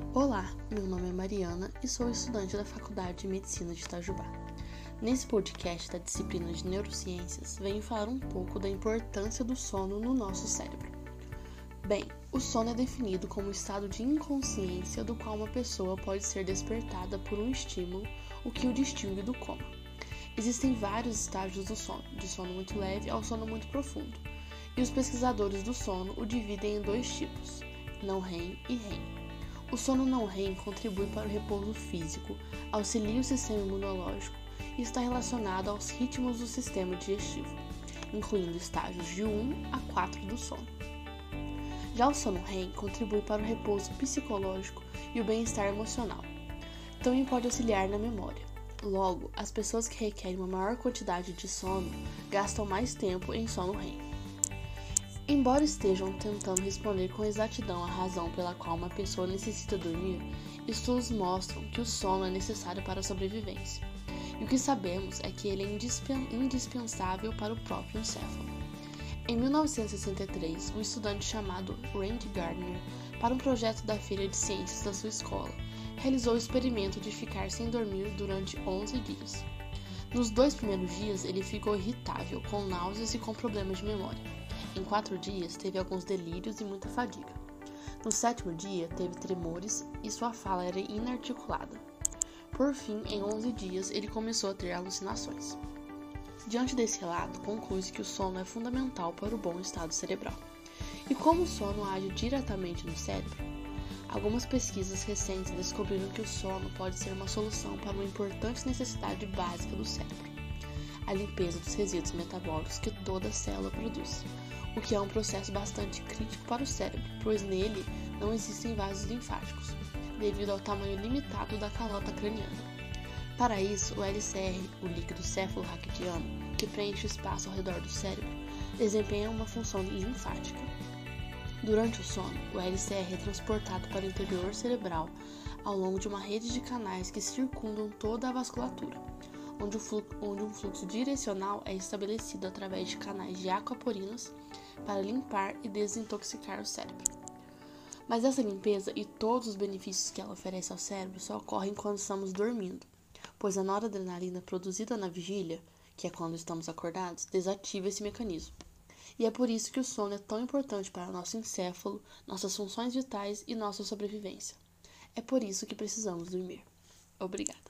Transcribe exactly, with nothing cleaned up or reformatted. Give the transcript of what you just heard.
Olá, meu nome é Mariana e sou estudante da Faculdade de Medicina de Itajubá. Nesse podcast da disciplina de Neurociências, venho falar um pouco da importância do sono no nosso cérebro. Bem, o sono é definido como um estado de inconsciência do qual uma pessoa pode ser despertada por um estímulo, o que o distingue do coma. Existem vários estágios do sono, de sono muito leve ao sono muito profundo, e os pesquisadores do sono o dividem em dois tipos, não REM e REM. O sono não REM contribui para o repouso físico, auxilia o sistema imunológico e está relacionado aos ritmos do sistema digestivo, incluindo estágios de um a quatro do sono. Já o sono REM contribui para o repouso psicológico e o bem-estar emocional. Também pode auxiliar na memória. Logo, as pessoas que requerem uma maior quantidade de sono gastam mais tempo em sono REM. Embora estejam tentando responder com exatidão a razão pela qual uma pessoa necessita dormir, estudos mostram que o sono é necessário para a sobrevivência. E o que sabemos é que ele é indispensável para o próprio encéfalo. Em mil novecentos e sessenta e três, um estudante chamado Randy Gardner, para um projeto da Feira de Ciências da sua escola, realizou o experimento de ficar sem dormir durante onze dias. Nos dois primeiros dias, ele ficou irritável, com náuseas e com problemas de memória. Em quatro dias, teve alguns delírios e muita fadiga. No sétimo dia, teve tremores e sua fala era inarticulada. Por fim, em onze dias, ele começou a ter alucinações. Diante desse relato, conclui-se que o sono é fundamental para o bom estado cerebral. E como o sono age diretamente no cérebro? Algumas pesquisas recentes descobriram que o sono pode ser uma solução para uma importante necessidade básica do cérebro: a limpeza dos resíduos metabólicos que toda célula produz, o que é um processo bastante crítico para o cérebro, pois nele não existem vasos linfáticos, devido ao tamanho limitado da calota craniana. Para isso, o L C R, o líquido céfalo-raquidiano, que preenche o espaço ao redor do cérebro, desempenha uma função linfática. Durante o sono, o L C R é transportado para o interior cerebral ao longo de uma rede de canais que circundam toda a vasculatura, onde, o fluxo, onde um fluxo direcional é estabelecido através de canais de aquaporina para limpar e desintoxicar o cérebro. Mas essa limpeza e todos os benefícios que ela oferece ao cérebro só ocorrem quando estamos dormindo, pois a noradrenalina produzida na vigília, que é quando estamos acordados, desativa esse mecanismo. E é por isso que o sono é tão importante para o nosso encéfalo, nossas funções vitais e nossa sobrevivência. É por isso que precisamos dormir. Obrigada.